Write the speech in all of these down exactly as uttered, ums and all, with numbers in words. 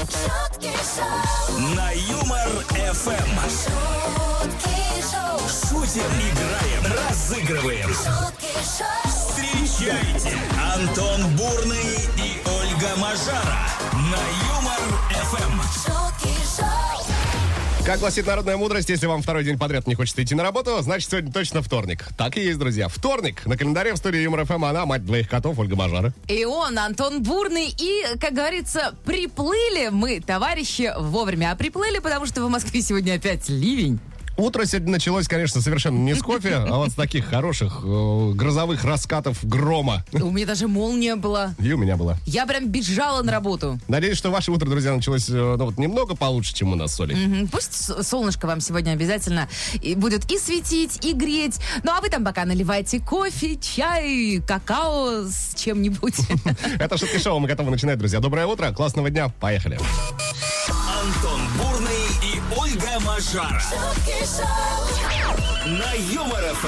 шутки шоу, На Юмор эф эм. шутки шоу, Шутим, играем, разыгрываем. шутки шоу, Встречайте Антон Бурный и Ольга Мажара на Юмор эф эм. шутки шоу. Как гласит народная мудрость, если вам второй день подряд не хочется идти на работу, значит, сегодня точно вторник. Так и есть, друзья. Вторник. На календаре в студии Юмор эф эм она, мать двоих котов, Ольга Мажара. И он, Антон Бурный. И, как говорится, приплыли мы, товарищи, вовремя. А приплыли, потому что в Москве сегодня опять ливень. Утро сегодня началось, конечно, совершенно не с кофе, а вот с таких хороших э, грозовых раскатов грома. У меня даже молния была. И у меня была. Я прям бежала на работу. Надеюсь, что ваше утро, друзья, началось э, ну, вот, немного получше, чем у нас с Олей. Мгм. Пусть с- солнышко вам сегодня обязательно и будет и светить, и греть. Ну, а вы там пока наливайте кофе, чай, какао с чем-нибудь. Это шутки шоу, мы готовы начинать, друзья. Доброе утро, классного дня, поехали. Антон Бурный и Ольга Мажара Шутки шоу, на Юмор эф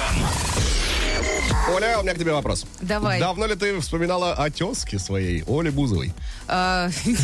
эм. Оля, у меня к тебе вопрос. Давай. Давно ли ты вспоминала о тезке своей, Оле Бузовой? А,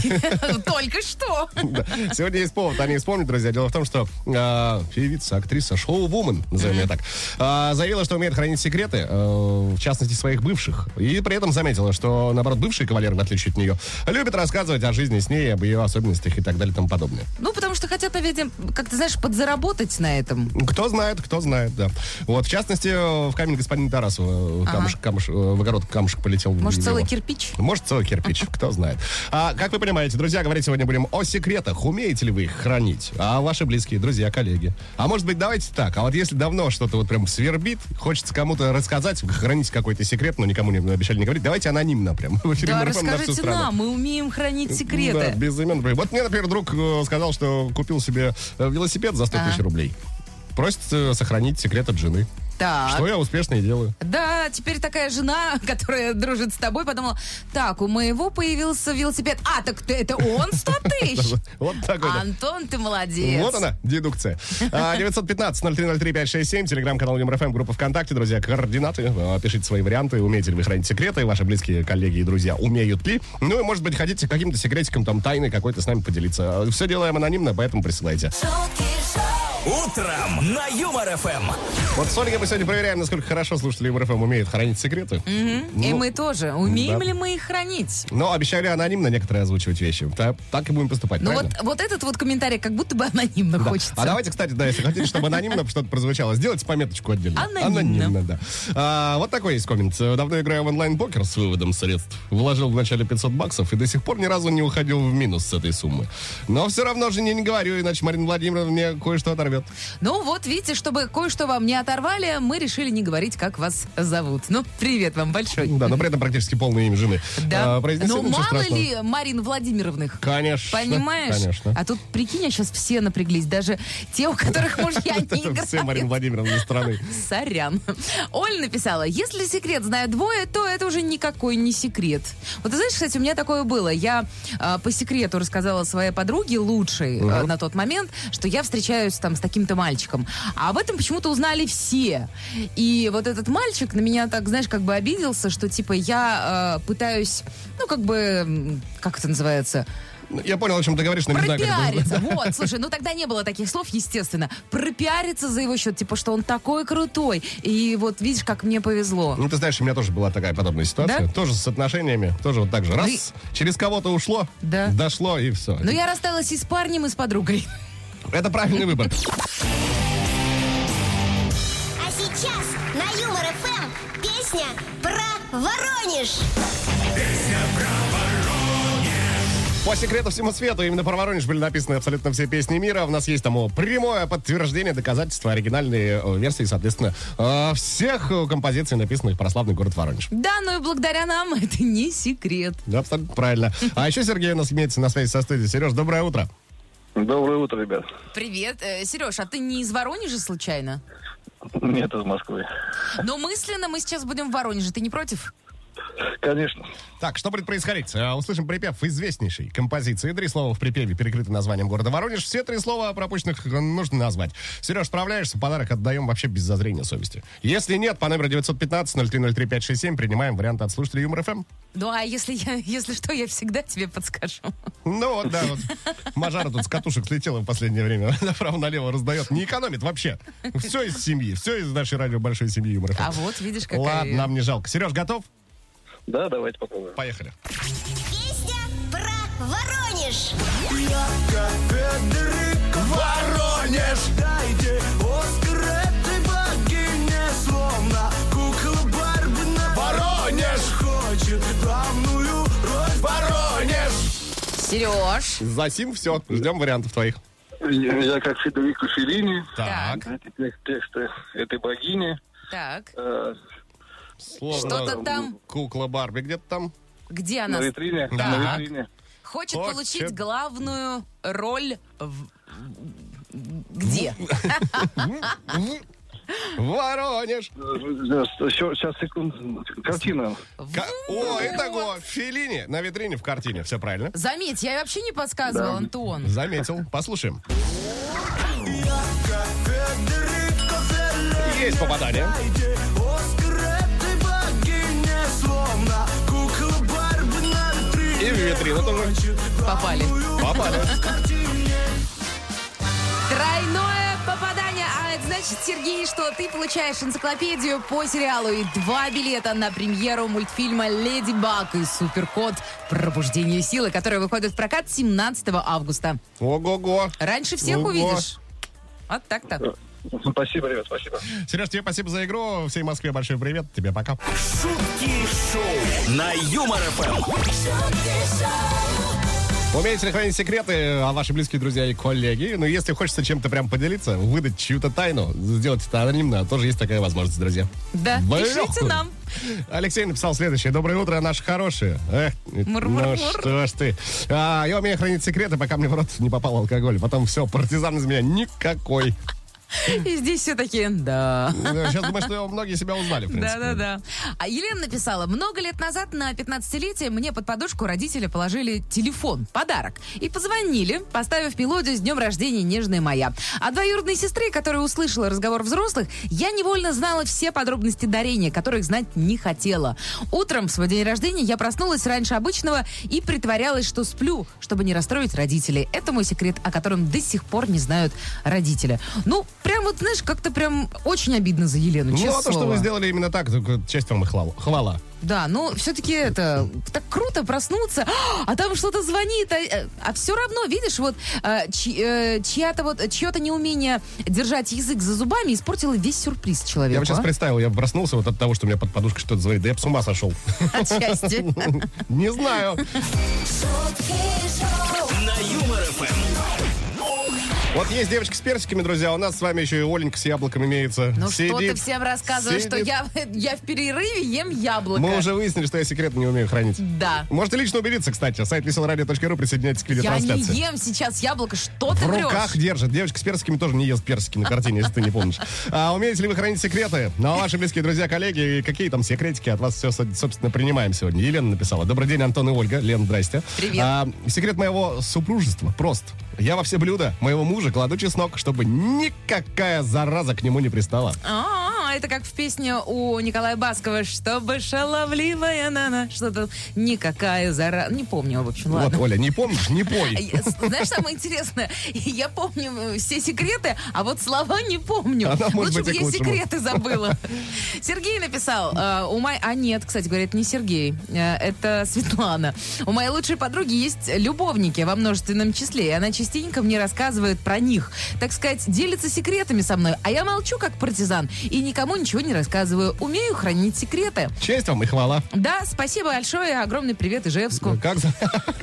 Только что. Да. Сегодня есть повод о ней вспомнить, друзья. Дело в том, что э, певица, актриса, шоу-вумен, назовем ее так, э, заявила, что умеет хранить секреты, э, в частности, своих бывших. И при этом заметила, что, наоборот, бывший кавалер, в отличие от нее, любит рассказывать о жизни с ней, об ее особенностях и так далее и тому подобное. Ну, потому что хотят, наверное, как ты знаешь, подзаработать на этом. Кто знает, кто знает, да. Вот, в частности, в камень господина Тарасова камушек, камушек, в огород камушек полетел. Может, в целый него. кирпич? Может, целый кирпич, кто знает. А, как вы понимаете, друзья, говорить сегодня будем о секретах. Умеете ли вы их хранить? А ваши близкие, друзья, коллеги? А может быть, давайте так. А вот если давно что-то вот прям свербит, хочется кому-то рассказать, хранить какой-то секрет, но никому не обещали не говорить, давайте анонимно прям. В эфире Да, Юмор эф эм на всю расскажите страну. нам, мы умеем хранить Да, секреты. без имен. Вот мне, например, друг э, сказал, что купил себе э, велосипед за сто тысяч Ага. рублей. Просит э, сохранить секрет от жены. Так. Что я успешно и делаю. Да, теперь такая жена, которая дружит с тобой, подумала, так, у моего появился велосипед. А, так ты- это он сто тысяч? Вот такой вот. Антон, ты молодец. Вот она, дедукция. А, девятьсот пятнадцать ноль три ноль три пять шесть семь, телеграм-канал Юмор эф эм, группа ВКонтакте, друзья, координаты. А, Пишите свои варианты, умеете ли вы хранить секреты, ваши близкие, коллеги и друзья умеют ли. Ну и, может быть, хотите каким-то секретиком, там, тайной какой-то с нами поделиться. Все делаем анонимно, поэтому присылайте. шутки шоу, Утром на Юмор эф эм. Вот с Ольгой мы сегодня проверяем, насколько хорошо слушатели Юмор эф эм умеют хранить секреты. И Ну, мы тоже. Умеем да. ли мы их хранить? Но обещали анонимно некоторые озвучивать вещи. Так, так и будем поступать, Ну правильно? вот, вот этот вот комментарий как будто бы анонимно Да. хочется. А давайте, кстати, да, если хотите, чтобы анонимно что-то прозвучало, сделайте пометочку отдельно. Анонимно. да. А, вот такой есть коммент. Давно играю в онлайн-покер с выводом средств. Вложил вначале пятьсот баксов и до сих пор ни разу не уходил в минус с этой суммы. Но все равно жене не говорю, иначе Марина Владимировна мне кое-что оторвет. Ну вот, видите, чтобы кое-что вам не оторвали, мы решили не говорить, как вас зовут. Ну, привет вам большой. Да, но при этом практически полное имя жены. Да. А, произнеси, Но ничего мало страшного. ли Марин Владимировных. Конечно. Понимаешь? Конечно. А тут, прикинь, а сейчас все напряглись. Даже те, у которых мужья не Это все Марина играют. Владимировна страны. Сорян. Оль написала, если секрет знают двое, то это уже никакой не секрет. Вот ты знаешь, кстати, у меня такое было. Я э, по секрету рассказала своей подруге, лучшей э, на тот момент, что я встречаюсь там с таким-то мальчиком. А об этом почему-то узнали все. И вот этот мальчик на меня так, знаешь, как бы обиделся, что типа я э, пытаюсь, ну как бы, м, как это называется... Я понял, о чем ты говоришь, но не знаю, как это Пропиариться. Вот, слушай, ну тогда не было таких слов, естественно. Пропиариться за его счет, типа, что он такой крутой. И вот видишь, как мне повезло. Ну, ты знаешь, у меня тоже была такая подобная ситуация. Да? Тоже с отношениями. Тоже вот так же. Раз, и- через кого-то ушло, Да. дошло, и все. Но я рассталась и с парнем, и с подругой. Это правильный выбор. А сейчас на Юмор эф эм песня про Воронеж. По секрету всему свету, именно про Воронеж были написаны абсолютно все песни мира. У нас есть тому прямое подтверждение, доказательства, оригинальные э, версии, соответственно, э, всех э, композиций, написанных про славный город Воронеж. Да, но и благодаря нам это не секрет. Да, абсолютно правильно. А еще Сергей у нас имеется на связи со студией. Сереж, доброе утро. Доброе утро, ребят. Привет. Э, Сереж, а ты не из Воронежа случайно? Нет, из Москвы. Но мысленно мы сейчас будем в Воронеже. Ты не против? Конечно. Так, что будет происходить? Э, Услышим припев известнейшей композиции. Три слова в припеве перекрыты названием города Воронеж. Все три слова пропущенных нужно назвать. Сереж, справляешься? Подарок отдаем вообще без зазрения совести. Если нет, по номеру девятьсот пятнадцать ноль три ноль три пять шесть семь принимаем варианты от слушателей Юмор ФМ. Ну, а если, я, если что, я всегда тебе подскажу. Ну вот, да, вот. Мажара тут с катушек слетела в последнее время. Направо-налево раздает. Не экономит вообще. Все из семьи. Все из нашей радио большой семьи Юмор ФМ. А вот, видишь, какая... Ладно, нам не жалко. Сереж, готов? Да, давайте попробуем. Поехали. Песня про Воронеж. Воронеж! Дайте Оскар этой богине, словно кукла Барби на Воронеж! Хочет главную роль Воронеж! Сереж. За сим все. Ждем вариантов твоих. Я, я как Федерико Феллини. Так. Эти тек- тексты этой богини. Так, э, Словно что-то там, кукла Барби где-то там. где на она витрине. Да. На витрине. хочет Хочет. получить главную роль в... Где? Воронеж. Сейчас, секунду. Картина. Ка- О, итого, Феллини на витрине в картине. Все правильно. Заметь, я вообще не подсказывал, Да. Антон. Заметил. Послушаем. Есть попадание. Дайте Оскар этой богине, словно кукла Барби на витрине. И в витрину тоже. Попали. Попали. Тройное попадание. А это значит, Сергей, что ты получаешь энциклопедию по сериалу и два билета на премьеру мультфильма «Леди Баг» и «Суперкот. Пробуждение силы», который выходит в прокат семнадцатого августа. Ого-го. Раньше всех Ого. увидишь. Вот так-то. Спасибо, ребят, спасибо. Сереж, тебе спасибо за игру. Всей Москве большой привет. Тебе пока. Шутки шоу на Юмор ФМ. Умеете ли хранить секреты, а ваши близкие друзья и коллеги? Ну, если хочется чем-то прям поделиться, выдать чью-то тайну, сделать это анонимно, тоже есть такая возможность, друзья. Да, Блин. пишите нам. Алексей написал следующее. Доброе утро, наши хорошие. Эх, Мур-мур-мур. ну что ж ты. А, я умею хранить секреты, пока мне в рот не попал алкоголь. Потом все, партизан из меня никакой. И здесь все такие, да. Сейчас думаю, что многие себя узнали, в принципе. Да-да-да. А Елена написала, много лет назад на пятнадцатилетие мне под подушку родители положили телефон, подарок. И позвонили, поставив мелодию «С днем рождения, нежная моя». А двоюродной сестре, которая услышала разговор взрослых, я невольно знала все подробности дарения, которых знать не хотела. Утром в свой день рождения я проснулась раньше обычного и притворялась, что сплю, чтобы не расстроить родителей. Это мой секрет, о котором до сих пор не знают родители. Ну, прям вот, знаешь, как-то прям очень обидно за Елену, честное Ну, а то, что слово. вы сделали именно так, только часть вам и хвала. хвала. Да, ну, все-таки это, так круто проснуться, а там что-то звонит, а, а все равно, видишь, вот а, чь- э, чья-то вот, чье-то неумение держать язык за зубами испортило весь сюрприз человеку. Я вот сейчас а? представил, я проснулся вот от того, что у меня под подушкой что-то звонит. Да я бы с ума сошел. Отчасти. Не знаю. На Юмор ФМ. Вот есть девочка с персиками, друзья, у нас с вами еще и Оленька с яблоком имеется. Ну что ты Сидит, всем рассказываешь, что сидит. я, я в перерыве ем яблоко. Мы уже выяснили, что я секреты не умею хранить. Да. Можете лично убедиться, кстати. Сайт веселорадио точка ру, присоединяйтесь к Я не видеотрансляции. ем сейчас яблоко, что В ты врешь? руках держит. Девочка с персиками тоже не ест персики на картине, если ты не помнишь. А умеете ли вы хранить секреты? Ну, а ваши близкие друзья, коллеги, какие там секретики от вас все, собственно, принимаем сегодня. Елена написала. Добрый день, Антон и Ольга. Лен, здрасте. Привет. А, секрет моего супружества прост. Я во все блюда моего мужа кладу чеснок, чтобы никакая зараза к нему не пристала. А, это как в песне у Николая Баскова, чтобы шаловливая нана, что-то никакая зараза. Не помню, в общем, ладно. Вот, Оля, не помнишь, не пой. Я- Знаешь, самое интересное, я помню все секреты, а вот слова не помню. Она, может Лучше быть, бы и к я лучшему. секреты забыла. Сергей написал, э, у моей... А нет, кстати, говорит, не Сергей, э, это Светлана. У моей лучшей подруги есть любовники во множественном числе, и она частенько мне рассказывает про них. Так сказать, делится секретами со мной, а я молчу как партизан и никому ничего не рассказываю. Умею хранить секреты. Честь вам и хвала. Да, спасибо большое, огромный привет Ижевску. Как за...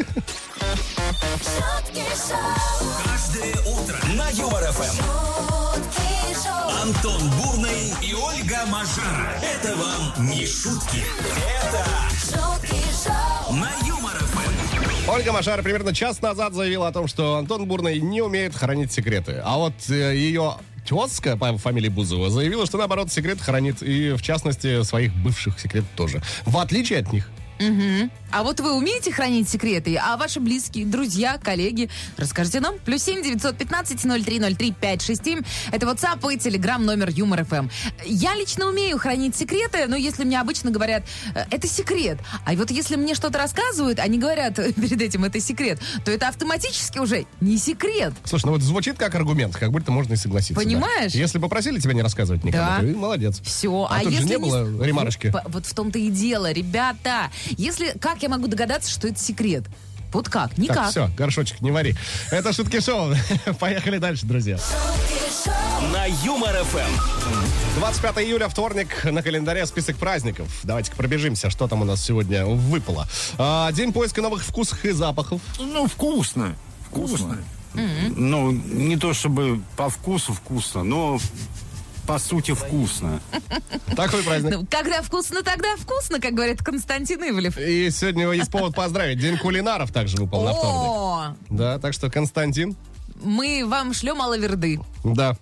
Каждое утро на Юмор ФМ. Антон Бурный и Ольга Мажара. Это вам не шутки. Это на Юмор ФМ. Ольга Мажара примерно час назад заявила о том, что Антон Бурный не умеет хранить секреты. А вот э, ее тезка по фамилии Бузова заявила, что, наоборот, секрет хранит, и, в частности, своих бывших секрет тоже. В отличие от них. Угу. А вот вы умеете хранить секреты? А ваши близкие, друзья, коллеги? Расскажите нам. Плюс семь девятьсот пятнадцать ноль три ноль три пять шесть семь. Это WhatsApp и Telegram номер Юмор ФМ. Я лично умею хранить секреты, но если мне обычно говорят, это секрет. А вот если мне что-то рассказывают, они говорят перед этим, это секрет, то это автоматически уже не секрет. Слушай, ну вот звучит как аргумент, как будто можно и согласиться. Понимаешь? Да. Если попросили тебя не рассказывать никому, да. ты молодец. Все. А, а тут если же не было не... ремарочки. Вот, вот в том-то и дело, ребята. Если... Как я могу догадаться, что это секрет? Вот как? Никак. Так, все, горшочек не вари. Это Шутки Шоу. Поехали дальше, друзья. На Юмор ФМ. двадцать пятое июля, вторник, на календаре список праздников. Давайте-ка пробежимся, что там у нас сегодня выпало. А, день поиска новых вкусов и запахов. Ну, вкусно. Вкусно. Mm-hmm. Ну, не то чтобы по вкусу вкусно, но по сути вкусно. Такой праздник. Ну, когда вкусно, тогда вкусно, как говорит Константин Ивлев. И сегодня есть повод поздравить. День кулинаров также выпал на вторник. О, Да, так что, Константин. мы вам шлем алаверды. Да,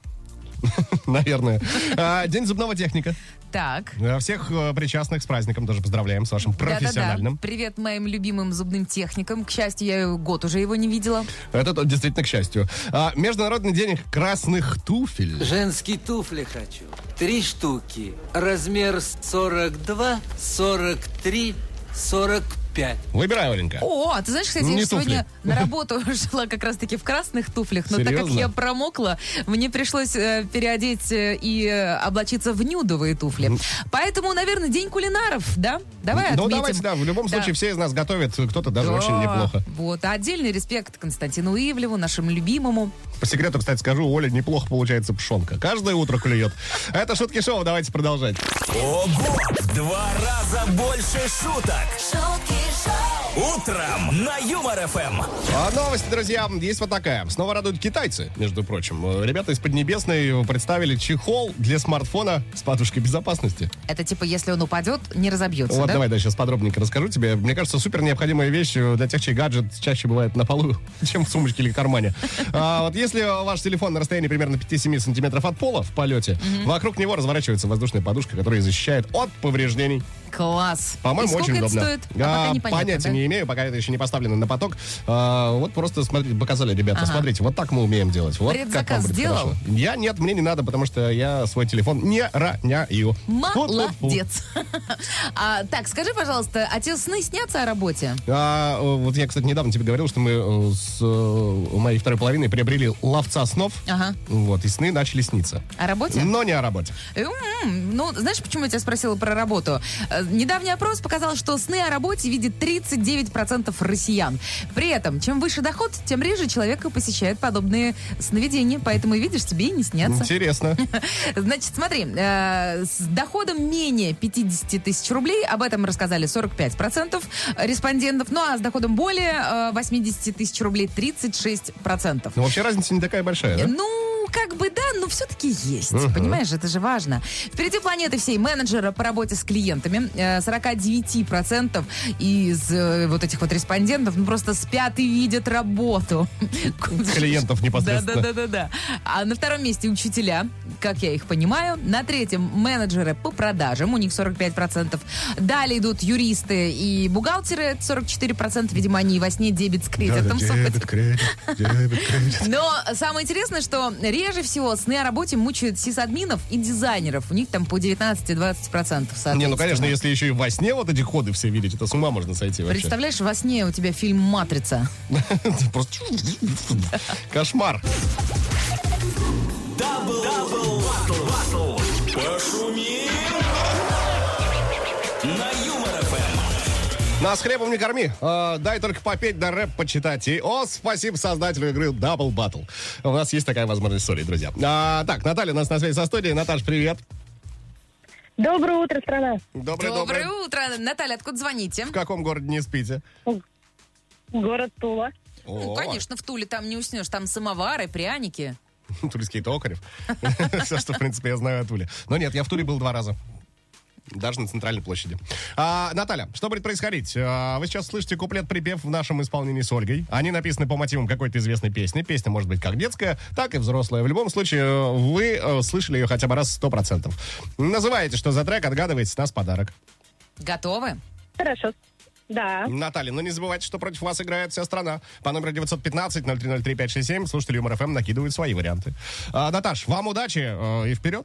наверное. А, День зубного техника. Так. А, Всех э, причастных с праздником тоже поздравляем, с вашим профессиональным. Да-да-да. Привет моим любимым зубным техникам. К счастью, я год уже его не видела. Это то- действительно к счастью. А, Международный день красных туфель. Женские туфли хочу. Три штуки. Размер сорок два, сорок три, сорок пять. Выбирай, Оленька. О, а ты знаешь, кстати, Не я сегодня туфли. на работу шла как раз-таки в красных туфлях, но так как Серьезно? я промокла, мне пришлось э, переодеть э, и э, облачиться в нюдовые туфли. Поэтому, наверное, день кулинаров, да? Давай Ну, отметим. давайте, да. В любом Да. случае, все из нас готовят, кто-то даже Да. очень неплохо. Вот, а отдельный респект Константину Ивлеву, нашему любимому. По секрету, кстати, скажу, у Оли неплохо получается пшенка. Каждое утро клюет. Это Шутки Шоу, давайте продолжать. Ого! В два раза больше шуток. шутки шоу, Утром на Юмор ФМ. А новость, друзья, есть вот такая. Снова радуют китайцы, между прочим. Ребята из Поднебесной представили чехол для смартфона с подушкой безопасности. Это типа, если он упадет, не разобьется, Вот да? давай, да, сейчас подробненько расскажу тебе. Мне кажется, супер необходимая вещь для тех, чей гаджет чаще бывает на полу, чем в сумочке или кармане. А, вот если ваш телефон на расстоянии примерно пять-семь сантиметров от пола в полете, вокруг него разворачивается воздушная подушка, которая защищает от повреждений. Класс. По-моему, И сколько очень это удобно. стоит? А пока А, непонятно, понятия да? не имею, пока это еще не поставлено на поток. А, вот просто смотрите, показали ребята. Ага. Смотрите, вот так мы умеем делать. Вот как Предзаказ вам будет сделал? хорошо. Я нет, мне не надо, потому что я свой телефон не роняю. Фу-фу-фу. Молодец. А, так, скажи, пожалуйста, а тебе сны снятся о работе? А, э, вот я, кстати, недавно тебе говорил, что мы э, с э, моей второй половиной приобрели ловца снов. Ага. Вот, и сны начали сниться. О работе? Но не о работе. М, Ну, знаешь, почему я тебя спросила про работу? Э, Недавний опрос показал, что сны о работе видит тридцать девять процентов россиян. При этом, чем выше доход, тем реже человека посещает подобные сновидения. Поэтому, видишь, тебе и не снятся. Интересно. Значит, смотри, э, с доходом менее пятьдесят тысяч рублей, об этом рассказали сорок пять процентов респондентов, ну а с доходом более э, восемьдесят тысяч рублей тридцать шесть процентов. Ну, вообще разница не такая большая, да? Ну, как бы да, но все-таки есть. Мгм. Понимаешь, это же важно. Впереди планеты всей менеджера по работе с клиентами. Э, сорок девять процентов из э, вот этих вот респондентов ну, просто спят и видят работу. Клиентов непосредственно. Да-да-да-да. А на втором месте учителя, как я их понимаю. На третьем менеджеры по продажам, у них сорок пять процентов. Далее идут юристы и бухгалтеры, сорок четыре процента. Видимо, они и во сне дебет с кредитом. Да-да, дебет, кредит, дебет, кредит. Но самое интересное, что реже всего сны о работе мучают сисадминов и дизайнеров. У них там по девятнадцать-двадцать процентов, Не, соответственно. ну, конечно, если еще и во сне вот эти ходы все видеть, это с ума можно сойти вообще. Представляешь, во сне у тебя фильм «Матрица». Просто кошмар. Дабл, дабл, батл, батл. Пошумим на Юмор ФМ. Нас хлебом не корми. А, дай только попеть да рэп почитать. И, о, спасибо создателю игры Double Battle. У нас есть такая возможность, сори, друзья. А, так, Наталья у нас на связи со студией. Наташ, привет. Доброе утро, страна. Доброе, Доброе доброе. утро. Наталья, откуда звоните? В каком городе не спите? Город Тула. Ну, О, конечно, в Туле там не уснешь. Там самовары, пряники. Тульский токарев. Все, что, в принципе, я знаю о Туле. Но нет, я в Туле был два раза. Даже на центральной площади. А, Наталья, что будет происходить? А, вы сейчас слышите куплет-припев в нашем исполнении с Ольгой. Они написаны по мотивам какой-то известной песни. Песня может быть как детская, так и взрослая. В любом случае, вы э, слышали ее хотя бы раз сто процентов. Называете, что за трек, отгадываете, с нас подарок. Готовы? Хорошо. Да. Наталья, ну не забывайте, что против вас играет вся страна. По номеру девятьсот пятнадцать ноль три ноль три пять шесть семь слушатели Юмор ФМ накидывают свои варианты. А, Наташ, вам удачи э, и вперед.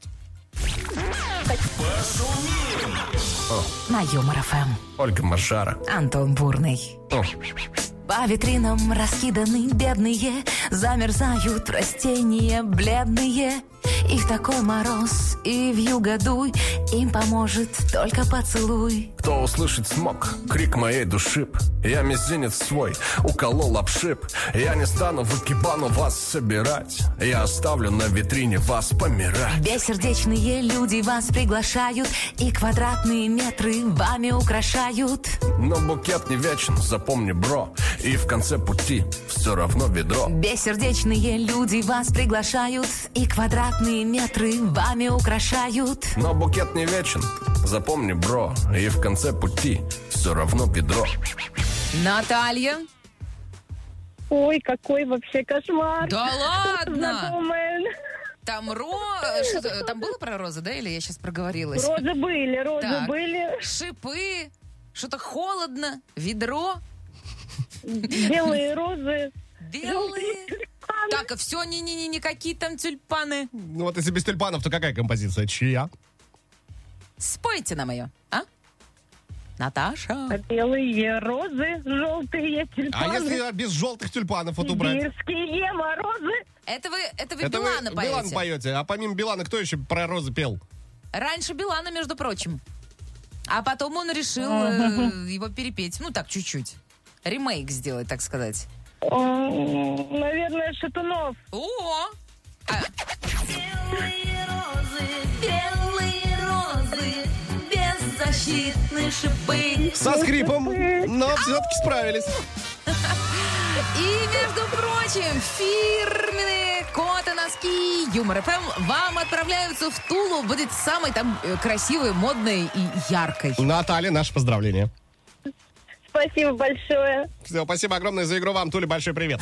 На Юмор ФМ. Ольга Маршара. Антон Бурный. О. По витринам раскиданы бедные, замерзают растения бледные. И в такой мороз, и в югодуй им поможет только поцелуй. Кто услышит смог, крик моей души, я мизинец свой уколол обшип. Я не стану в экибану вас собирать, я оставлю на витрине вас помирать. Бессердечные люди вас приглашают, и квадратные метры вами украшают. Но букет не вечен, запомни, бро, и в конце пути все равно ведро. Бессердечные люди вас приглашают, и квадратные метры вами украшают. Но букет не вечен, запомни, бро, и в конце пути все равно ведро. Наталья. Ой, какой вообще кошмар. Да ладно? Знакомая. Там ро... Что-то... Там было про розы, да? Или я сейчас проговорилась? Розы были, розы так. были. Шипы. Что-то холодно. Ведро. Белые розы. Белые. Так, а все, не-не-не, никакие там тюльпаны. Ну вот если без тюльпанов, то какая композиция? Чья? Спойте нам ее, а? Наташа. А белые розы, желтые тюльпаны. А если без желтых тюльпанов вот убрать? Сибирские морозы. Это вы, это вы это Билана вы поете? Билан поете. А помимо Билана, кто еще про розы пел? Раньше Билана, между прочим. А потом он решил э, его перепеть. Ну так, чуть-чуть. Ремейк сделать, так сказать. Наверное, Шатунов. О! А. Белые розы, белые розы, беззащитные шипы. Со скрипом, но все-таки справились. И, между прочим, фирменные коты-носки Юмор ФМ вам отправляются в Тулу. Будет самой там красивой, модной и яркой. Наталья, наше поздравление. Спасибо большое. Все, спасибо огромное за игру вам, Туля, большой привет.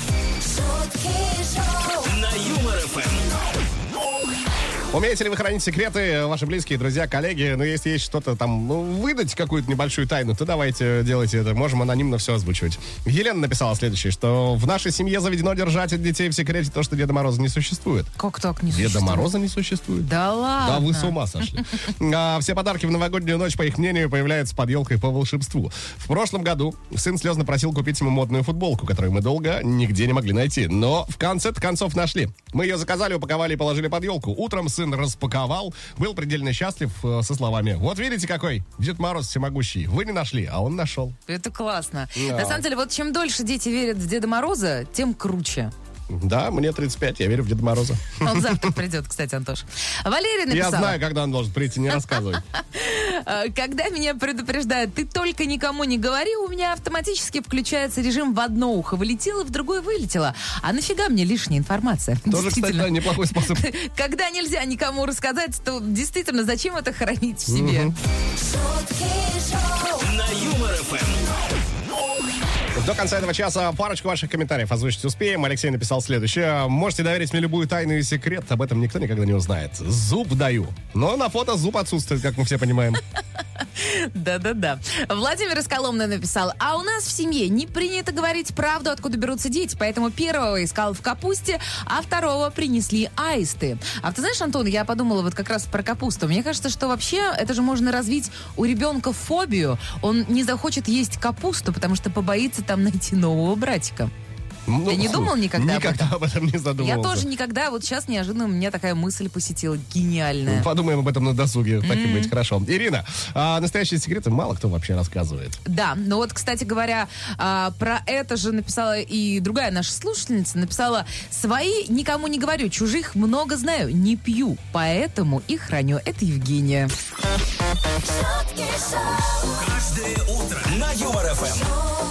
На Юмор ФМ. Умеете ли вы хранить секреты, ваши близкие, друзья, коллеги? Ну, если есть что-то там, ну, выдать какую-то небольшую тайну, то давайте делайте это. Можем анонимно все озвучивать. Елена написала следующее, что в нашей семье заведено держать от детей в секрете то, что Деда Мороза не существует. Как так не Деда существует? Мороза не существует? Да ладно? Да вы с ума сошли. А, все подарки в новогоднюю ночь, по их мнению, появляются под елкой по волшебству. В прошлом году сын слезно просил купить ему модную футболку, которую мы долго нигде не могли найти. Но в конце-то концов нашли. Мы ее заказали, упаковали и положили под елку. Утром сын распаковал, был предельно счастлив э, со словами: вот видите, какой Дед Мороз всемогущий. Вы не нашли, а он нашел. Это классно. Да. На самом деле, вот чем дольше дети верят в Деда Мороза, тем круче. Да, мне тридцать пять, я верю в Деда Мороза. Он завтра придет, кстати, Антош. Валерия написала. Я знаю, когда он должен прийти, не рассказывай. Когда меня предупреждают, ты только никому не говори, у меня автоматически включается режим в одно ухо вылетело, в другое вылетело. А нафига мне лишняя информация? Тоже, кстати, да, неплохой способ. Когда нельзя никому рассказать, то действительно зачем это хранить в себе? На Юмор ФМ. До конца этого часа парочку ваших комментариев озвучить успеем. Алексей написал следующее. Можете доверить мне любую тайну и секрет, об этом никто никогда не узнает. Зуб даю. Но на фото зуб отсутствует, как мы все понимаем. Да-да-да. Владимир из Коломны написал: а у нас в семье не принято говорить правду, откуда берутся дети, поэтому первого искал в капусте, а второго принесли аисты. А ты знаешь, Антон, я подумала вот как раз про капусту. Мне кажется, что вообще это же можно развить у ребенка фобию. Он не захочет есть капусту, потому что побоится там найти нового братика. Ну, Ты не думал никогда, никогда об этом? об этом не задумывался. Я тоже никогда. Вот сейчас неожиданно у меня такая мысль посетила. Гениальная. Подумаем об этом на досуге. Так Mm-hmm. и быть, хорошо. Ирина, а настоящие секреты мало кто вообще рассказывает. Да, но вот, кстати говоря, а, про это же написала и другая наша слушательница. Написала: свои никому не говорю, чужих много знаю, не пью, поэтому и храню. Это Евгения. Каждое утро на Юмор ФМ.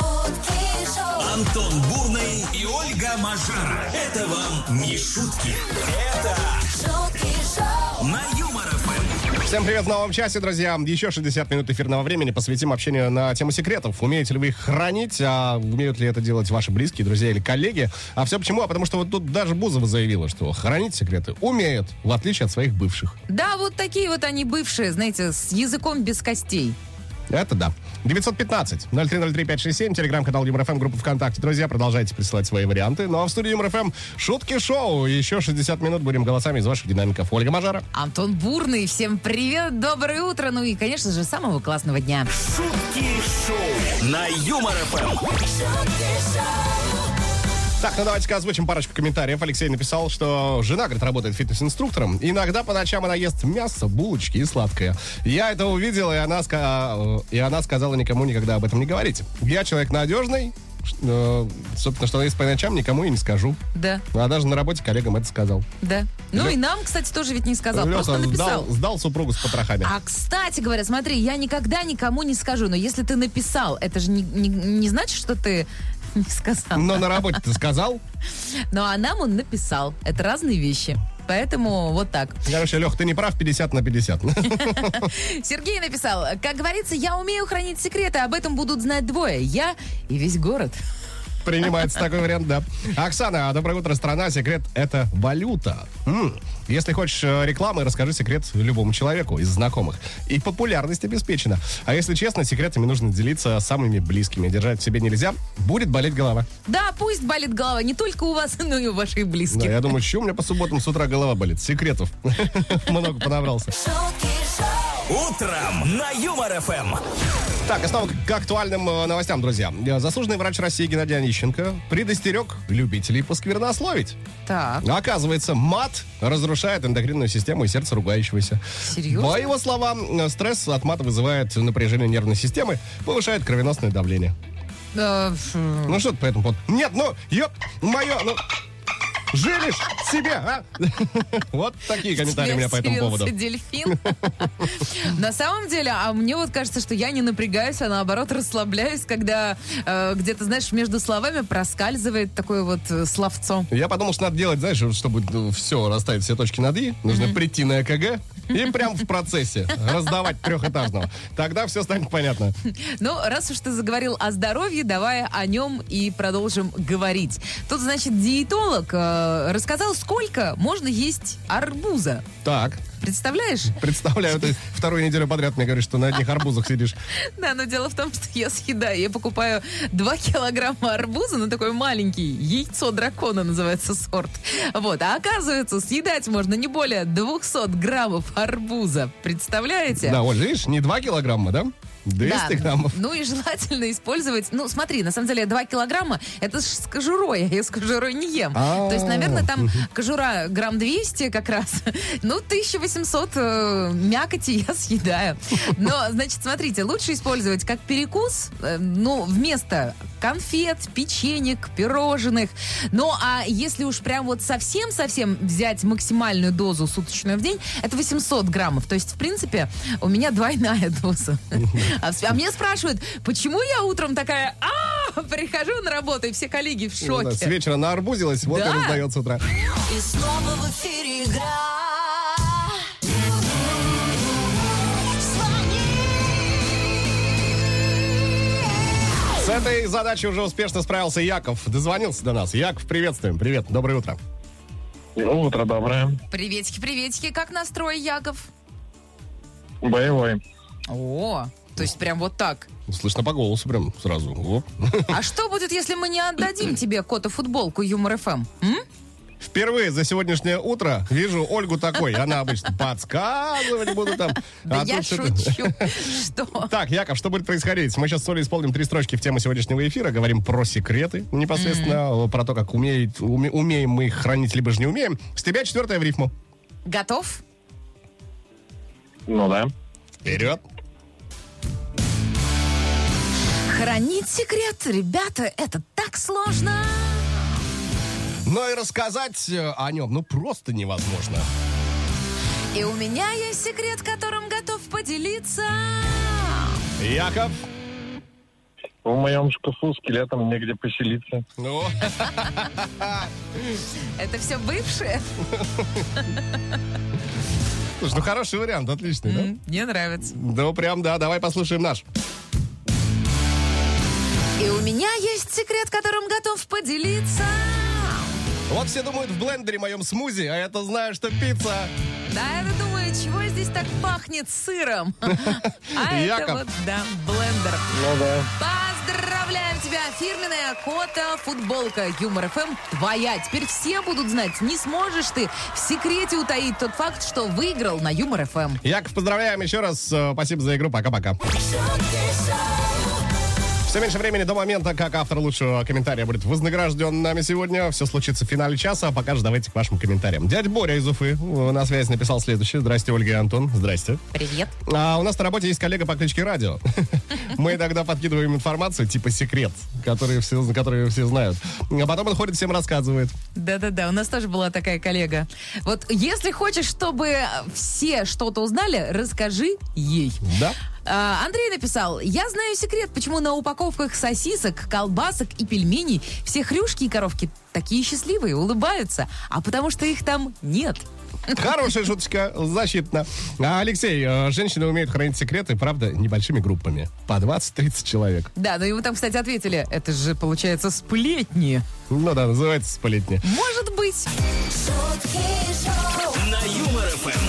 Антон Бурный и Ольга Мажара. Это вам не шутки. Это шутки шоу на Юмор ФМ. Всем привет в новом часе, друзья. Еще шестьдесят минут эфирного времени посвятим общению на тему секретов. Умеете ли вы их хранить, а умеют ли это делать ваши близкие, друзья или коллеги? А все почему? А потому что вот тут даже Бузова заявила, что хранить секреты умеют, в отличие от своих бывших. Да, вот такие вот они бывшие, знаете, с языком без костей. Это да. девятьсот пятнадцать ноль три ноль три пять шесть семь, телеграм-канал Юмор ФМ, группа ВКонтакте. Друзья, продолжайте присылать свои варианты. Ну а в студии Юмор ФМ шутки-шоу. Еще шестьдесят минут будем голосами из ваших динамиков. Ольга Мажара. Антон Бурный. Всем привет, доброе утро. Ну и, конечно же, самого классного дня. Шутки-шоу на Юмор ФМ. Так, ну давайте-ка озвучим парочку комментариев. Алексей написал, что жена, говорит, работает фитнес-инструктором. Иногда по ночам она ест мясо, булочки и сладкое. Я это увидел, и она, ска... и она сказала никому никогда об этом не говорить. Я человек надежный, э, собственно, что есть по ночам, никому и не скажу. Да. А даже на работе коллегам это сказал. Да. Ну Лё... и нам, кстати, тоже ведь не сказал, Лёха просто написал. Сдал, сдал супругу с потрохами. А, кстати говоря, смотри, я никогда никому не скажу, но если ты написал, это же не, не, не значит, что ты не сказал. Но на работе ты сказал? Ну, а нам он написал. Это разные вещи. Поэтому вот так. Короче, Лех, ты не прав, пятьдесят на пятьдесят. Сергей написал, как говорится, я умею хранить секреты, об этом будут знать двое. Я и весь город. Принимается такой вариант, да. Оксана, доброе утро, страна. Секрет — это валюта. М-м. Если хочешь рекламы, расскажи секрет любому человеку из знакомых. И популярность обеспечена. А если честно, секретами нужно делиться с самыми близкими. Держать в себе нельзя, будет болеть голова. Да, пусть болит голова не только у вас, но и у ваших близких. Да, я думаю, что у меня по субботам с утра голова болит. Секретов много понабрался. Утром на Юмор ФМ. Так, и снова к актуальным э, новостям, друзья. Заслуженный врач России Геннадий Онищенко предостерег любителей посквернословить. Так. Оказывается, мат разрушает эндокринную систему и сердце ругающегося. Серьезно? По его словам, стресс от мата вызывает напряжение нервной системы, повышает кровеносное давление. Да. Ну что ты по этому поводу? Нет, ну, ёп, мое, ну... Женишь себе, а? Вот такие комментарии у меня по этому поводу. Дельфин. На самом деле, а мне вот кажется, что я не напрягаюсь, а наоборот расслабляюсь, когда э, где-то, знаешь, между словами проскальзывает такое вот э, словцо. Я подумал, что надо делать, знаешь, чтобы ну, все, расставить все точки над «и», нужно mm-hmm. прийти на ЭКГ и прям в процессе раздавать трехэтажного. Тогда все станет понятно. Ну, раз уж ты заговорил о здоровье, давай о нем и продолжим говорить. Тут, значит, диетолог э, рассказал, сколько можно есть арбуза. Так. Представляешь? Представляю. Ты вторую неделю подряд мне говоришь, что на одних арбузах сидишь. Да, но дело в том, что я съедаю. Я покупаю два килограмма арбуза, ну такой маленький. Яйцо дракона называется сорт. Вот. А оказывается, съедать можно не более двести граммов арбуза. Представляете? Да, вот видишь, не два килограмма, да? двести граммов. Ну и желательно использовать... Ну, смотри, на самом деле, два килограмма, это ж с кожурой, я с кожурой не ем. А-а-а. То есть, наверное, там кожура грамм двести как раз. Ну, тысяча восемьсот э, мякоти я съедаю. Но, значит, смотрите, лучше использовать как перекус, э, ну, вместо конфет, печенек, пирожных. Ну, а если уж прям вот совсем-совсем взять максимальную дозу суточную в день, это восемьсот граммов. То есть, в принципе, у меня двойная доза. А, а мне спрашивают, почему я утром такая, а прихожу на работу, и все коллеги в шоке. Ну, да, с вечера наарбузилась, вот да. и раздает с утра. И снова в эфире игра. С этой задачей уже успешно справился Яков. Дозвонился до нас. Яков, приветствуем. Привет, доброе утро. Утро доброе. Приветики, приветики. Как настрой, Яков? Боевой. О, то есть прям вот так. Слышно по голосу прям сразу. Оп. А что будет, если мы не отдадим тебе кота-футболку Юмор ФМ? М? Впервые за сегодняшнее утро вижу Ольгу такой. Она обычно подсказывать буду там. Да а я шучу. Что? Так, Яков, что будет происходить? Мы сейчас с Олей исполним три строчки в тему сегодняшнего эфира. Говорим про секреты непосредственно, mm-hmm. про то, как умеет, уме, умеем мы их хранить, либо же не умеем. С тебя четвертая в рифму. Готов? Ну да. Вперед. Хранить секрет, ребята, это так сложно. Но и рассказать о нем, ну, просто невозможно. И у меня есть секрет, которым готов поделиться. Яков. В моем шкафу скелетом негде поселиться. Ну. Это все бывшее? Слушай, ну хороший вариант, отличный, да? М, Мне нравится. Да, прям, да. Давай послушаем наш. И у меня есть секрет, которым готов поделиться. Вот все думают в блендере моем смузи, а я-то знаю, что пицца. Да, я думаю, чего здесь так пахнет сыром? А это Яков. вот, да, блендер. Ну да. Поздравляем тебя! Фирменная Кота футболка Юмор эф эм твоя. Теперь все будут знать, не сможешь ты в секрете утаить тот факт, что выиграл на Юмор эф эм. Яков, поздравляем еще раз. Э, Спасибо за игру. Пока-пока. Все меньше времени до момента, как автор лучшего комментария будет вознагражден нами сегодня. Все случится в финале часа, а пока же давайте к вашим комментариям. Дядя Боря из Уфы э, на связи написал следующее. Здрасте, Ольга и Антон. Здрасте. Привет. А у нас на работе есть коллега по кличке Радио. Мы иногда подкидываем информацию, типа секрет, который все, который все знают. А потом он ходит, всем рассказывает. Да-да-да, у нас тоже была такая коллега. Вот если хочешь, чтобы все что-то узнали, расскажи ей. Да? А, Андрей написал: я знаю секрет, почему на упаковках сосисок, колбасок и пельменей все хрюшки и коровки такие счастливые, улыбаются, а потому что их там нет. Хорошая шуточка, защитна. А, Алексей, э, женщины умеют хранить секреты, правда, небольшими группами. По двадцать-тридцать человек. Да, но ему там, кстати, ответили, это же, получается, сплетни. Ну да, называется сплетни. Может быть. На Юмор эф эм.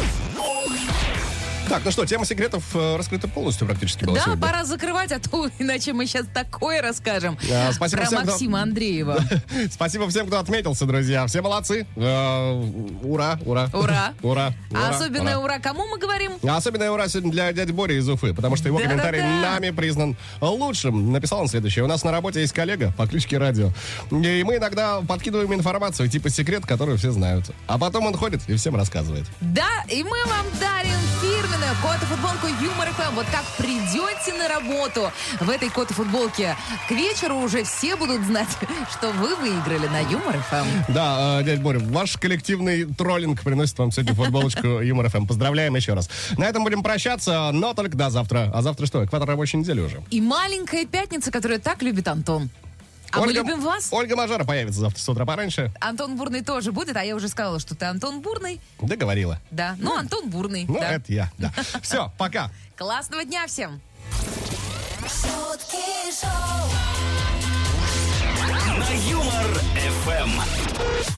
Так, ну что, тема секретов э, раскрыта полностью практически была Да, сегодня. пора закрывать, а то иначе мы сейчас такое расскажем. А, спасибо про всем, кто- Максима Андреева. Спасибо всем, кто отметился, друзья. Все молодцы. Э, Ура, ура. Ура. Ура. А ура, особенное ура. ура кому мы говорим? А особенное ура сегодня для дяди Бори из Уфы, потому что его Да-да-да. комментарий нами признан лучшим. Написал он следующее. У нас на работе есть коллега по кличке Радио. И мы иногда подкидываем информацию, типа секрет, который все знают. А потом он ходит и всем рассказывает. Да, и мы вам дарим фирменную кота-футболку Юмор эф эм. Вот как придете на работу в этой кота-футболке, к вечеру уже все будут знать, что вы выиграли на Юмор эф эм. Да, э, дядя Боря, ваш коллективный троллинг приносит вам сегодня футболочку Юмор эф эм. Поздравляем еще раз. На этом будем прощаться, но только до завтра. А завтра что? Экватор рабочей недели уже. И маленькая пятница, которую так любит Антон. А Ольга- мы любим вас. Ольга Мажара появится завтра с утра пораньше. Антон Бурный тоже будет, а я уже сказала, что ты Антон Бурный. Договорила. Да, ну, Антон Бурный. Ну, да. это я, да. Все, пока. Классного дня всем. Шутки шоу. На Юмор эф эм.